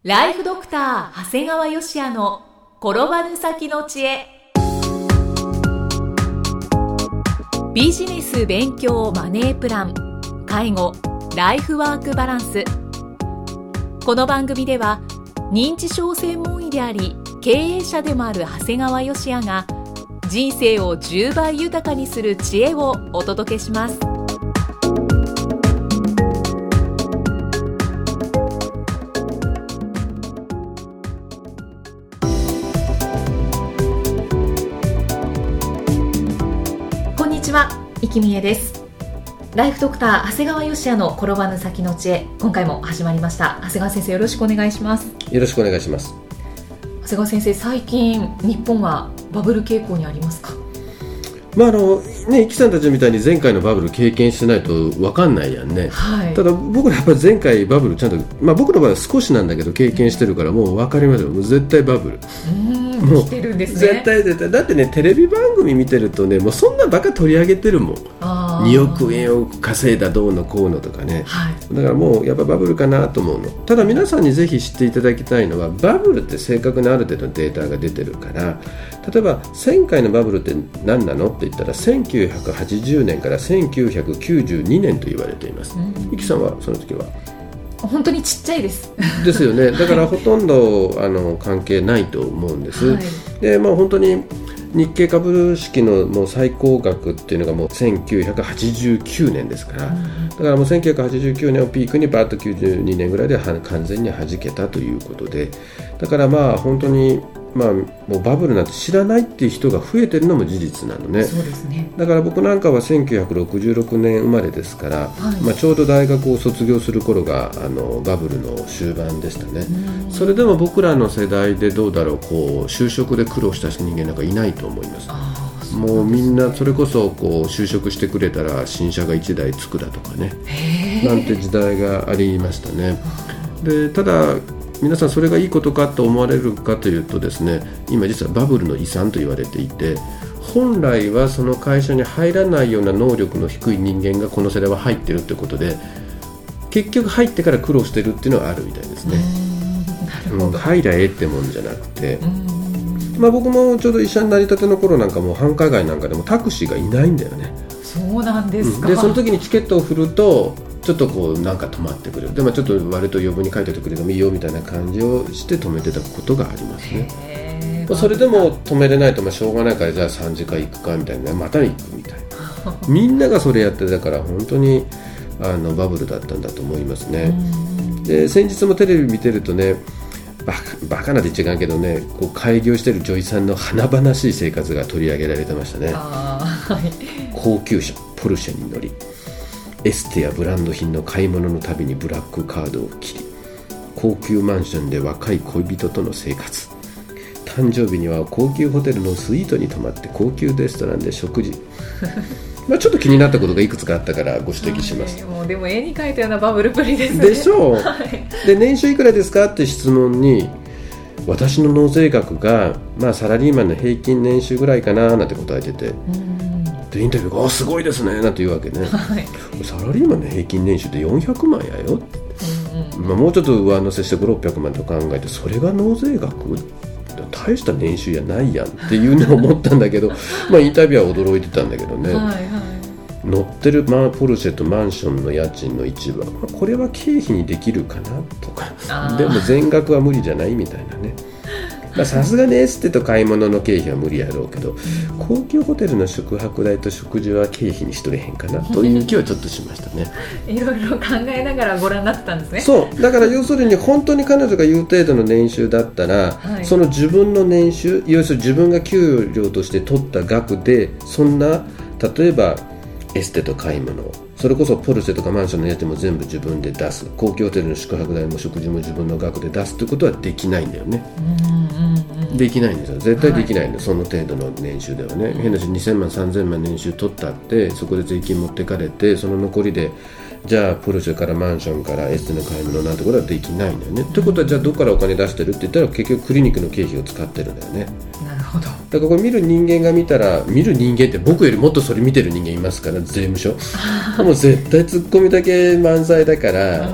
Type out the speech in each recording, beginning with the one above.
ライフドクター長谷川芳也の転ばぬ先の知恵。ビジネス勉強マネープラン、介護、ライフワークバランス。この番組では認知症専門医であり経営者でもある長谷川芳也が人生を10倍豊かにする知恵をお届けします。こんにちは、生きみえです。ライフドクター長谷川芳也の転ばぬ先の知恵、今回も始まりました。長谷川先生、よろしくお願いします。 よろしくお願いします。 長谷川先生、最近日本はバブル傾向にありますか？ イキさんたちみたいに前回のバブル経験してないと分かんないやんね、 はい、 ただ僕らやっぱり前回バブルちゃんと、僕の場合は少しなんだけど経験してるからもう分かりますよ。もう絶対バブルもう来てるんですね。 絶対だってね、テレビ番組見てるとね、もうそんなバカ取り上げてるもん。2億円を稼いだどうのこうのとかね、はい、だからもうやっぱバブルかなと思うの。ただ皆さんにぜひ知っていただきたいのは、バブルって正確なある程度のデータが出てるから、例えば前回のバブルって何なのって言ったら1980年から1992年と言われています。イキさんはその時は本当にちっちゃいですですよね。だからほとんど関係ないと思うんです、はい、で本当に日経株式のもう最高額っていうのがもう1989年ですから、だからもう1989年をピークにバーッと92年ぐらいで完全に弾けたということで、だから本当にもうバブルなんて知らないっていう人が増えてるのも事実なのね。 そうですね。 だから僕なんかは1966年生まれですから、はい、ちょうど大学を卒業する頃がバブルの終盤でしたね。それでも僕らの世代でどうだろう、就職で苦労した人間なんかいないと思います。もうみんなそれこそ就職してくれたら新車が1台つくだとかね、なんて時代がありましたね。でただ皆さんそれがいいことかと思われるかというとですね、今実はバブルの遺産と言われていて、本来はその会社に入らないような能力の低い人間がこの世代は入ってるってことで、結局入ってから苦労してるっていうのはあるみたいですね。入りゃええってもんじゃなくて、僕もちょうど医者になりたての頃なんかも繁華街なんかでもタクシーがいないんだよね。 そうなんですか。 でその時にチケットを振るとちょっとなんか止まってくれる。でちょっと割と余分に書いておいてくれてもいいよみたいな感じをして止めてたことがありますね。それでも止めれないとしょうがないから、じゃあ3時間行くかみたいな、また行くみたいなみんながそれやってたから本当にバブルだったんだと思いますね。で先日もテレビ見てるとね、バカなって言っちゃいかんけどね、開業してる女医さんの華々しい生活が取り上げられてましたね。高級車ポルシェに乗り、エステやブランド品の買い物のたびにブラックカードを切り、高級マンションで若い恋人との生活、誕生日には高級ホテルのスイートに泊まって高級レストランで食事ちょっと気になったことがいくつかあったからご指摘します。 でも絵に描いたようなバブルっぷりですね。 でしょう、はい、で年収いくらですかって質問に、私の納税額が、サラリーマンの平均年収ぐらいかななんて答えてて、でインタビューがすごいですねなんて言うわけね、はい、サラリーマンの平均年収って400万やよ、もうちょっと上乗せして5、600万と考えて、それが納税額大した年収やないやんっていうのを思ったんだけどインタビューは驚いてたんだけどね、はいはい、乗ってるポルシェとマンションの家賃の一部は、これは経費にできるかなとか、でも全額は無理じゃないみたいなね。さすがにエステと買い物の経費は無理やろうけど、高級ホテルの宿泊代と食事は経費にしとれへんかなという気はちょっとしましたねいろいろ考えながらご覧になってたんですね。 そうだから要するに本当に彼女が言う程度の年収だったら、はい、その自分の年収、要するに自分が給料として取った額で、そんな例えばエステと買い物、それこそポルシェとかマンションの家賃も全部自分で出す、高級ホテルの宿泊代も食事も自分の額で出すということはできないんだよね。できないんですよ、絶対できないんだよ、はい、その程度の年収ではね。変な話、2000万3000万年収取ったって、そこで税金持ってかれて、その残りでじゃあポルシェからマンションからエステの買い物なんてことはできないんだよね。ということは、じゃあどこからお金出してるって言ったら、結局クリニックの経費を使ってるんだよね。 なるほど。 だからこれ見る人間が見たら、見る人間って僕よりもっとそれ見てる人間いますから、税務署もう絶対ツッコミだけ満載だから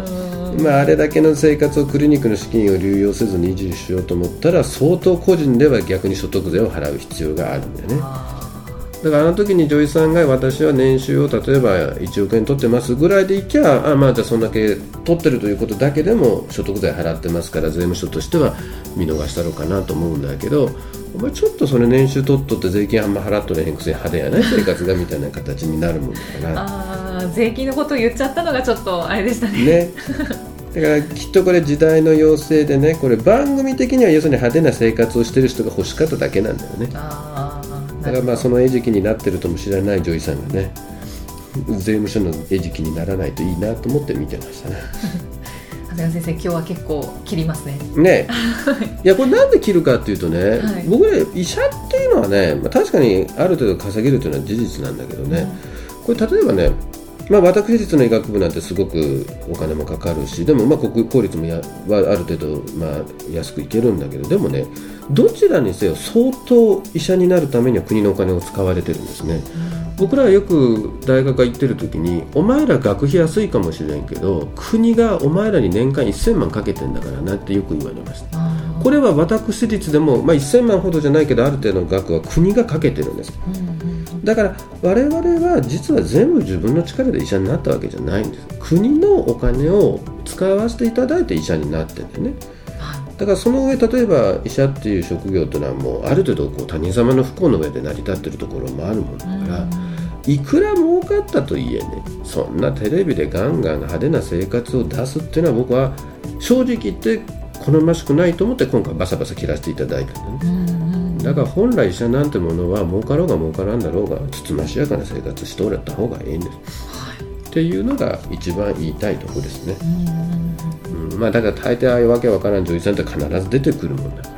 あれだけの生活をクリニックの資金を流用せずに維持しようと思ったら相当個人では逆に所得税を払う必要があるんだよね。だからあの時に女医さんが私は年収を例えば1億円取ってますぐらいでいきゃじゃあそんだけ取ってるということだけでも所得税払ってますから税務署としては見逃したろうかなと思うんだけど、お前ちょっとそれ年収取っとって税金あんま払っとれへんくせに派手やない生活がみたいな形になるもんだから税金のことを言っちゃったのがちょっとあれでしたね。 だからきっとこれ時代の要請でね、これ番組的には要するに派手な生活をしてる人が欲しかっただけなんだよね。だからその餌食になってるとも知らない女医さんがね、税務署の餌食にならないといいなと思って見てましたね。 長谷川先生、今日は結構切りますね。 いやこれなんで切るかっていうとね、僕ら医者っていうのはね、確かにある程度稼げるというのは事実なんだけどね、これ例えばね、私立の医学部なんてすごくお金もかかるし、でも国公立もはある程度安くいけるんだけど、でもね、どちらにせよ相当医者になるためには国のお金を使われてるんですね。僕らはよく大学が行ってる時に、お前ら学費安いかもしれんけど国がお前らに年間1000万かけてんだからなってよく言われました。これは私立でも、1000万ほどじゃないけどある程度の額は国がかけてるんです。だから我々は実は全部自分の力で医者になったわけじゃないんです。国のお金を使わせていただいて医者になってんだよね。だからその上、例えば医者っていう職業というのはもうある程度他人様の不幸の上で成り立っているところもあるもんだから、いくら儲かったといえね、そんなテレビでガンガン派手な生活を出すっていうのは僕は正直言って好ましくないと思って今回バサバサ切らせていただいたんだね。だから本来医者なんてものは儲かろうが儲からんだろうがつつましやかな生活しておられた方がいいんです、っていうのが一番言いたいところですね。だから大抵ああいうわけわからん女優さんって必ず出てくるもんだから、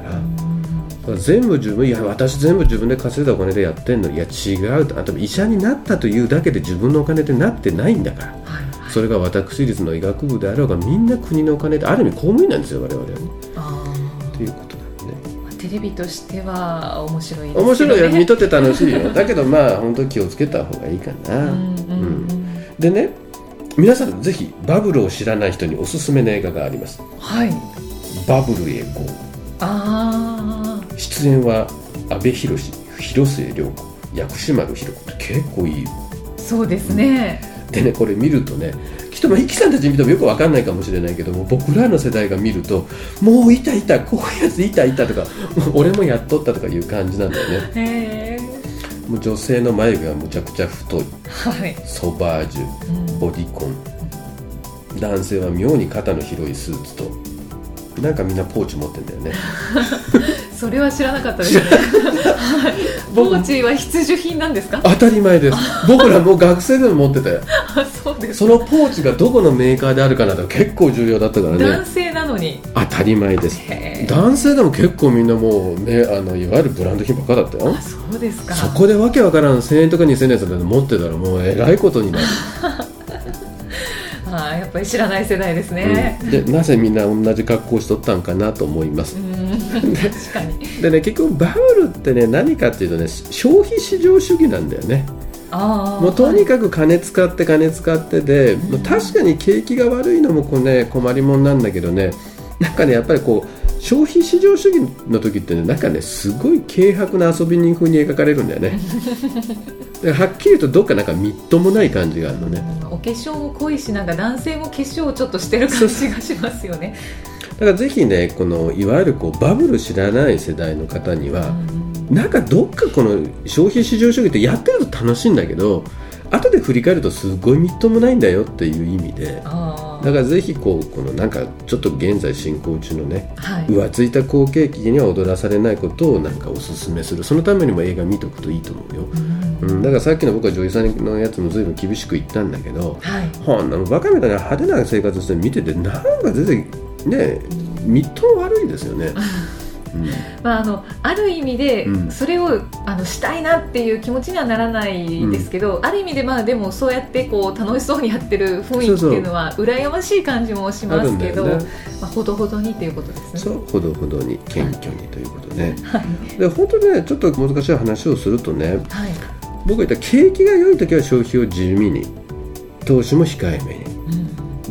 全部自分、私全部自分で稼いだお金でやってんの、いや違うと、あと医者になったというだけで自分のお金でなってないんだから、それが私立の医学部であろうがみんな国のお金で、ある意味公務員なんですよ我々はね。ということなんでね、 テレビとしては面白いですよね。 面白いよ、見とって楽しいよ。だけど本当に気をつけた方がいいかな。でね、皆さんぜひバブルを知らない人におすすめの映画があります。バブルへ GO。 出演は阿部寛、広末涼子、薬師丸ひろ子って結構いい。 そうですね。 でね、これ見るとね、きっとイキさんたち見てもよく分かんないかもしれないけども、僕らの世代が見るともういたこういうやついたとか俺もやっとったとかいう感じなんだよね。もう女性の眉毛がむちゃくちゃ太い、ソバージュ、ボディコン、男性は妙に肩の広いスーツとなんかみんなポーチ持ってんだよね。 それは知らなかったですね。ポーチは必需品なんですか？ 当たり前です。僕らもう学生でも持ってたよ。 そうです。 そのポーチがどこのメーカーであるかなど結構重要だったからね。 男性なのに当たり前です。男性でも結構みんなもうね、いわゆるブランド品ばっかだったよ。 そうですか。 そこでわけわからん1000円とか2000円のやつで持ってたらもうえらいことになる。 やっぱり知らない世代ですね。 でなぜみんな同じ格好をしとったんかなと思います。 確かに。 でね、結局バブルってね、何かっていうとね、消費市場主義なんだよね。もうとにかく金使ってで、もう確かに景気が悪いのも困りもんなんだけどね、なんかねやっぱり消費市場主義の時ってね、なんかねすごい軽薄な遊び人風に描かれるんだよね。はっきり言うとどっかなんかみっともない感じがあるのね。 お化粧も濃いし、なんか男性も化粧をちょっとしてる感じがしますよね。 だからぜひね、いわゆるバブル知らない世代の方には、なんかどっか消費市場主義ってやってると楽しいんだけど、後で振り返るとすごいみっともないんだよっていう意味で、だからぜひなんかちょっと現在進行中のね、浮ついた好景気には踊らされないことをなんかおすすめする。そのためにも映画見とくといいと思うよ。だからさっきの僕は女優さんのやつも随分厳しく言ったんだけど、ほんなのバカみたいな派手な生活して見ててなんか全然ねみっとも悪いですよね。 ある意味でそれをしたいなっていう気持ちにはならないですけど、ある意味ででもそうやって楽しそうにやってる雰囲気っていうのは羨ましい感じもしますけど、ほどほどにということですね。そう、ほどほどに謙虚にということね。で本当にね、ちょっと難しい話をするとね、僕が言った景気が良い時は消費を地味に、投資も控えめに、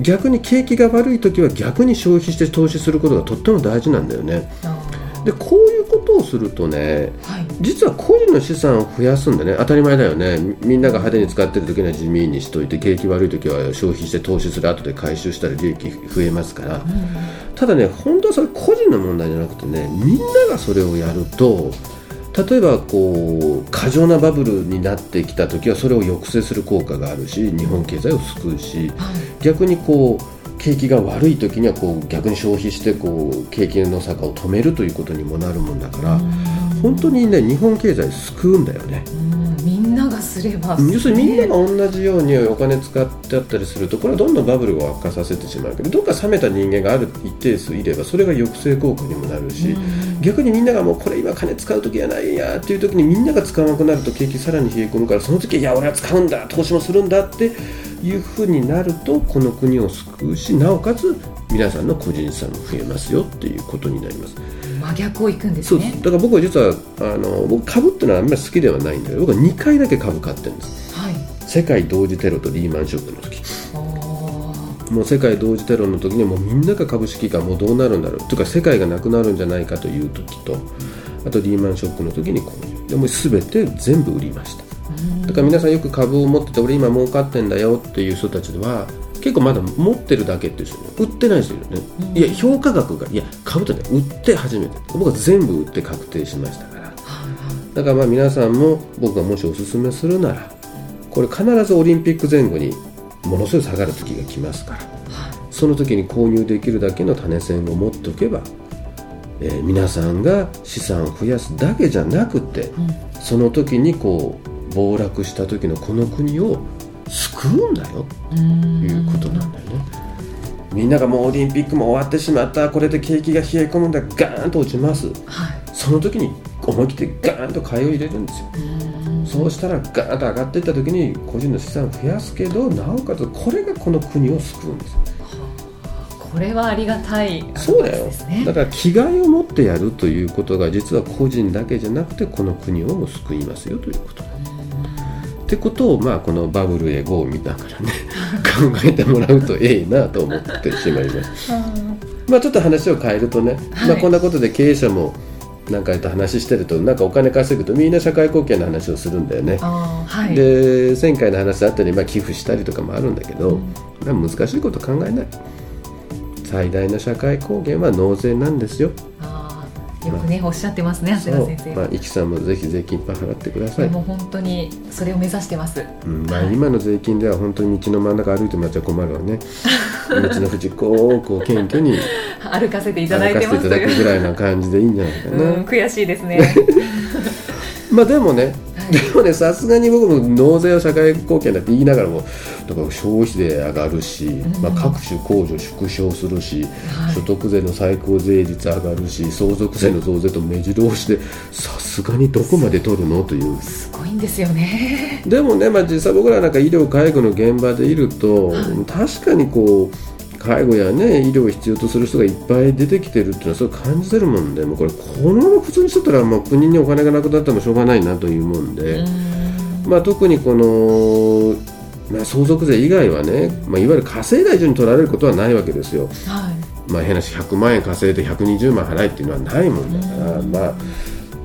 逆に景気が悪い時は逆に消費して投資することがとっても大事なんだよね。でこういうことをするとね、実は個人の資産を増やすんだね。当たり前だよね。みんなが派手に使ってる時には地味にしといて、景気悪い時は消費して投資する、後で回収したら利益増えますから、ただね、本当はそれ個人の問題じゃなくてね、みんながそれをやると、例えばこう過剰なバブルになってきた時はそれを抑制する効果があるし、日本経済を救うし、逆にこう景気が悪い時にはこう逆に消費してこう景気の坂を止めるということにもなるもんだから、本当にね、日本経済救うんだよね。 みんながすれば、 要するにみんなが同じようにお金使ってあったりすると、これはどんどんバブルを悪化させてしまうけど、どっか冷めた人間がある一定数いればそれが抑制効果にもなるし、逆にみんながもうこれ今金使う時やないやっていう時にみんなが使わなくなると景気さらに冷え込むから、その時いや俺は使うんだ、投資もするんだっていう風になると、この国を救うし、なおかつ皆さんの個人資産も増えますよっていうことになります。 真逆をいくんですね。 そうだから僕は実は僕株ってのはあんまり好きではないんだけど、僕は2回だけ株買ってるんです、世界同時テロとリーマンショックの時。もう世界同時テロの時にもうみんなが株式がもうどうなるんだろうというか、世界がなくなるんじゃないかという時と、あとリーマンショックの時に購入でもう全て全部売りました。だから皆さんよく株を持ってて俺今儲かってんだよっていう人たちでは結構まだ持ってるだけっていう人ね、売ってない人いるよね。いや評価額が、いや株ってね、売って初めて、僕は全部売って確定しましたから。だからまあ皆さんも僕がもしおすすめするなら、これ必ずオリンピック前後にものすごい下がる時が来ますから、その時に購入できるだけの種銭を持っておけば、皆さんが資産を増やすだけじゃなくて、その時にこう暴落した時のこの国を救うんだよということなんだよね。みんながもうオリンピックも終わってしまった、これで景気が冷え込むんだ、ガーンと落ちます、その時に思い切ってガーンと買いを入れるんですよ。そうしたらガーンと上がっていった時に個人の資産を増やすけど、なおかつこれがこの国を救うんです。 これはありがたいアドバイスですね。 そうだよ。だから気概を持ってやるということが実は個人だけじゃなくてこの国をも救いますよということってことを、まあ、このバブルへ GO 見ながらね考えてもらうとええなと思ってしまいます。まあちょっと話を変えるとね、まあ、こんなことで経営者もなんか話してると、なんかお金稼ぐとみんな社会貢献の話をするんだよね。で前回の話あったように、まあ、寄付したりとかもあるんだけど、難しいこと考えない。最大の社会貢献は納税なんですよ。 よくね、おっしゃってますね、長谷川先生。 イキさんもぜひ税金いっぱい払ってください。 もう本当にそれを目指してます。 今の税金では本当に道の真ん中歩いてもらっちゃ困るわね。道の縁こう謙虚に歩かせていただいてます。 歩かせていただくぐらいな感じでいいんじゃないかな。 悔しいですね。 まあでもね、さすがに僕も納税は社会貢献だって言いながらも、だから消費税上がるし、各種控除縮小するし、所得税の最高税率上がるし、相続税の増税と目白押しで、さすがにどこまで取るのという。 すごいんですよね。 でもね、実際僕らなんか医療介護の現場でいると、確かにこう介護やね、医療を必要とする人がいっぱい出てきてるっていうのはそう感じてるもんで、もうこれこのまま普通にしとったら、国にお金がなくなってもしょうがないなというもんで、特にこの、相続税以外はね、いわゆる稼いだ以上に取られることはないわけですよ。変な話、100万円稼いで120万払えっていうのはないもんだから、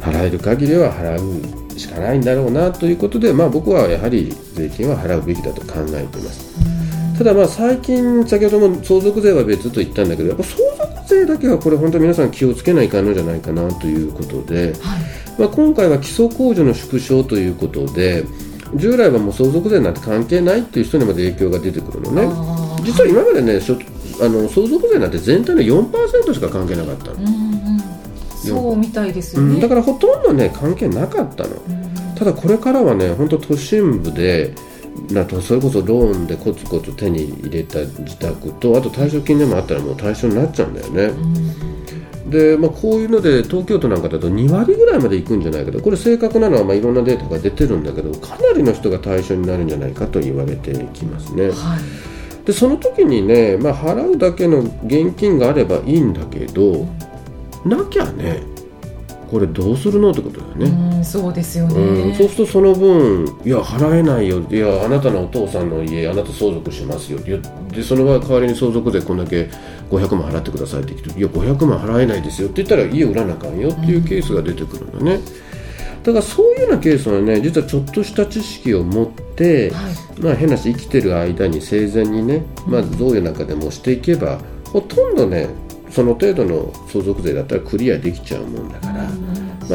払える限りは払うしかないんだろうなということで、僕はやはり税金は払うべきだと考えています。ただ最近、先ほども相続税は別と言ったんだけど、やっぱ相続税だけはこれ本当に皆さん気をつけないかんのじゃないかなということで、今回は基礎控除の縮小ということで、従来はもう相続税なんて関係ないっていう人にまで影響が出てくるのね。実は今までね、相続税なんて全体の 4% しか関係なかったの。 そうみたいですよね。 だからほとんどね関係なかったの。ただこれからはね、本当都心部でそれこそローンでコツコツ手に入れた自宅と、あと退職金でもあったらもう対象になっちゃうんだよね。で、こういうので東京都なんかだと2割ぐらいまでいくんじゃないかと、これ正確なのはいろんなデータが出てるんだけど、かなりの人が対象になるんじゃないかと言われてきますね。でその時にね、払うだけの現金があればいいんだけど、なきゃねこれどうするのってことだよね。 そうですよね、 そうするとその分、いや払えないよ、いやあなたのお父さんの家あなた相続しますよ、でその代わりに相続税こんだけ500万払ってくださいって言って、いや500万払えないですよって言ったら家売らなあかんよっていうケースが出てくるんだね。だからそういうようなケースはね、実はちょっとした知識を持って、変な話生きてる間に生前にね、贈与なんかでもしていけばほとんどねその程度の相続税だったらクリアできちゃうもんだから、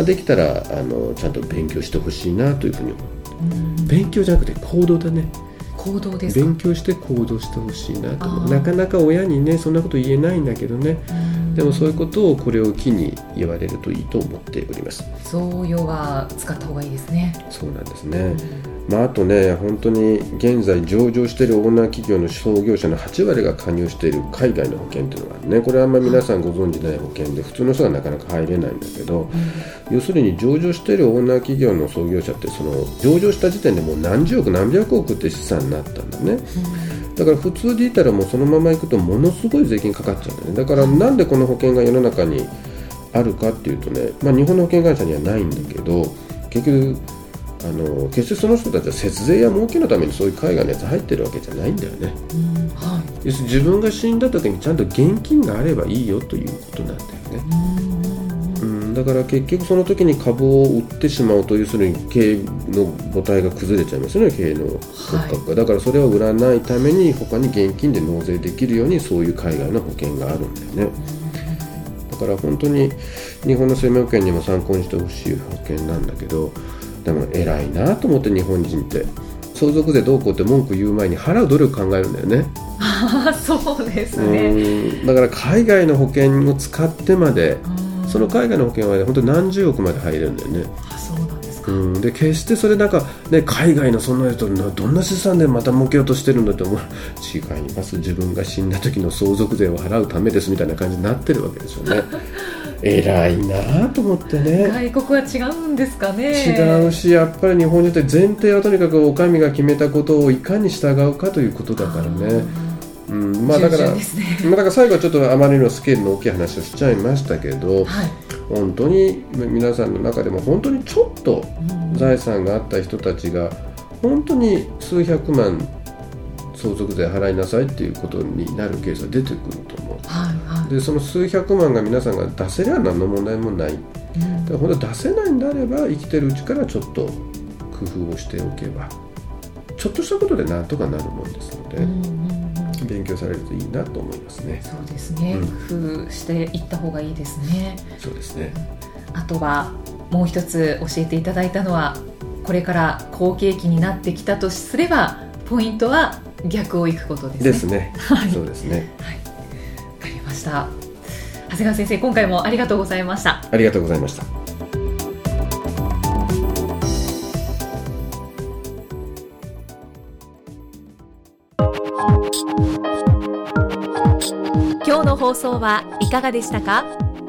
できたらちゃんと勉強してほしいなというふうに思って、勉強じゃなくて行動だね。 行動ですか。 勉強して行動してほしいなと思う。なかなか親にねそんなこと言えないんだけどね、でもそういうことをこれを機に言われるといいと思っております。 贈与は使った方がいいですね。 そうなんですね。あとね、本当に現在上場しているオーナー企業の創業者の8割が加入している海外の保険というのがあるね。これはあんまり皆さんご存じない保険で、普通の人はなかなか入れないんだけど、要するに上場しているオーナー企業の創業者って、その上場した時点でもう何十億何百億って資産になったんだね。だから普通で言ったらもうそのままいくとものすごい税金かかっちゃうんだね。だからなんでこの保険が世の中にあるかっていうとね、日本の保険会社にはないんだけど、結局決してその人たちは節税や儲けのためにそういう海外のやつ入ってるわけじゃないんだよね。要するに自分が死んだ時にちゃんと現金があればいいよということなんだよね。だから結局その時に株を売ってしまうと、要するに経営の母体が崩れちゃいますよね、経営の骨格が。だからそれを売らないために他に現金で納税できるようにそういう海外の保険があるんだよね。だから本当に日本の生命保険にも参考にしてほしい保険なんだけど、でも偉いなと思って、日本人って相続税どうこうって文句言う前に払う努力考えるんだよね。 そうですね。 だから海外の保険を使ってまで、その海外の保険は本当に何十億まで入れるんだよね。 そうなんですか。 で決してそれなんか、ね、海外のそんな人どんな資産でまた儲けようとしてるんだって思う。違います、自分が死んだ時の相続税を払うためですみたいな感じになってるわけですよね。偉いなと思ってね。 外国は違うんですかね。 違うし、やっぱり日本人って前提はとにかくお上が決めたことをいかに従うかということだからね。だから最後はちょっとあまりのスケールの大きい話をしちゃいましたけど、本当に皆さんの中でも本当にちょっと財産があった人たちが本当に数百万相続税払いなさいっていうことになるケースが出てくると思う。でその数百万が皆さんが出せれば何の問題もない。だから本当出せないんであれば生きてるうちからちょっと工夫をしておけばちょっとしたことでなんとかなるもんですので、勉強されるといいなと思いますね。 そうですね、工夫していった方がいいですね。 そうですね。 あとはもう一つ教えていただいたのは、これから好景気になってきたとすればポイントは逆をいくことですね。 ですね。そうですね。 わかりました。長谷川先生、今回もありがとうございました。 ありがとうございました。 今日の放送はいかがでしたか？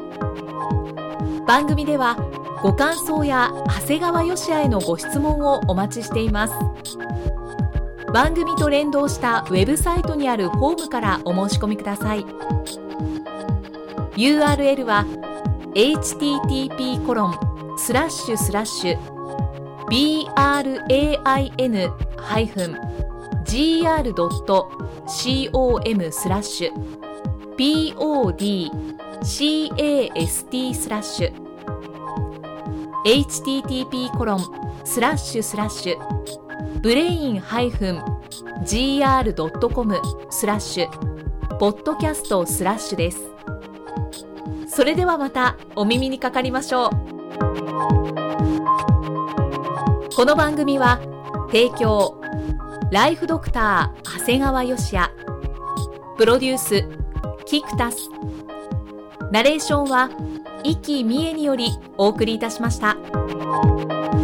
番組ではご感想や長谷川芳也へのご質問をお待ちしています。番組と連動したウェブサイトにあるフォームからお申し込みください。URL は http://brain-brain-brain.com/podcast/ です。それではまたお耳にかかりましょう。この番組は提供ライフドクター長谷川芳也、プロデュースキクタス、ナレーションは生きみえによりお送りいたしました。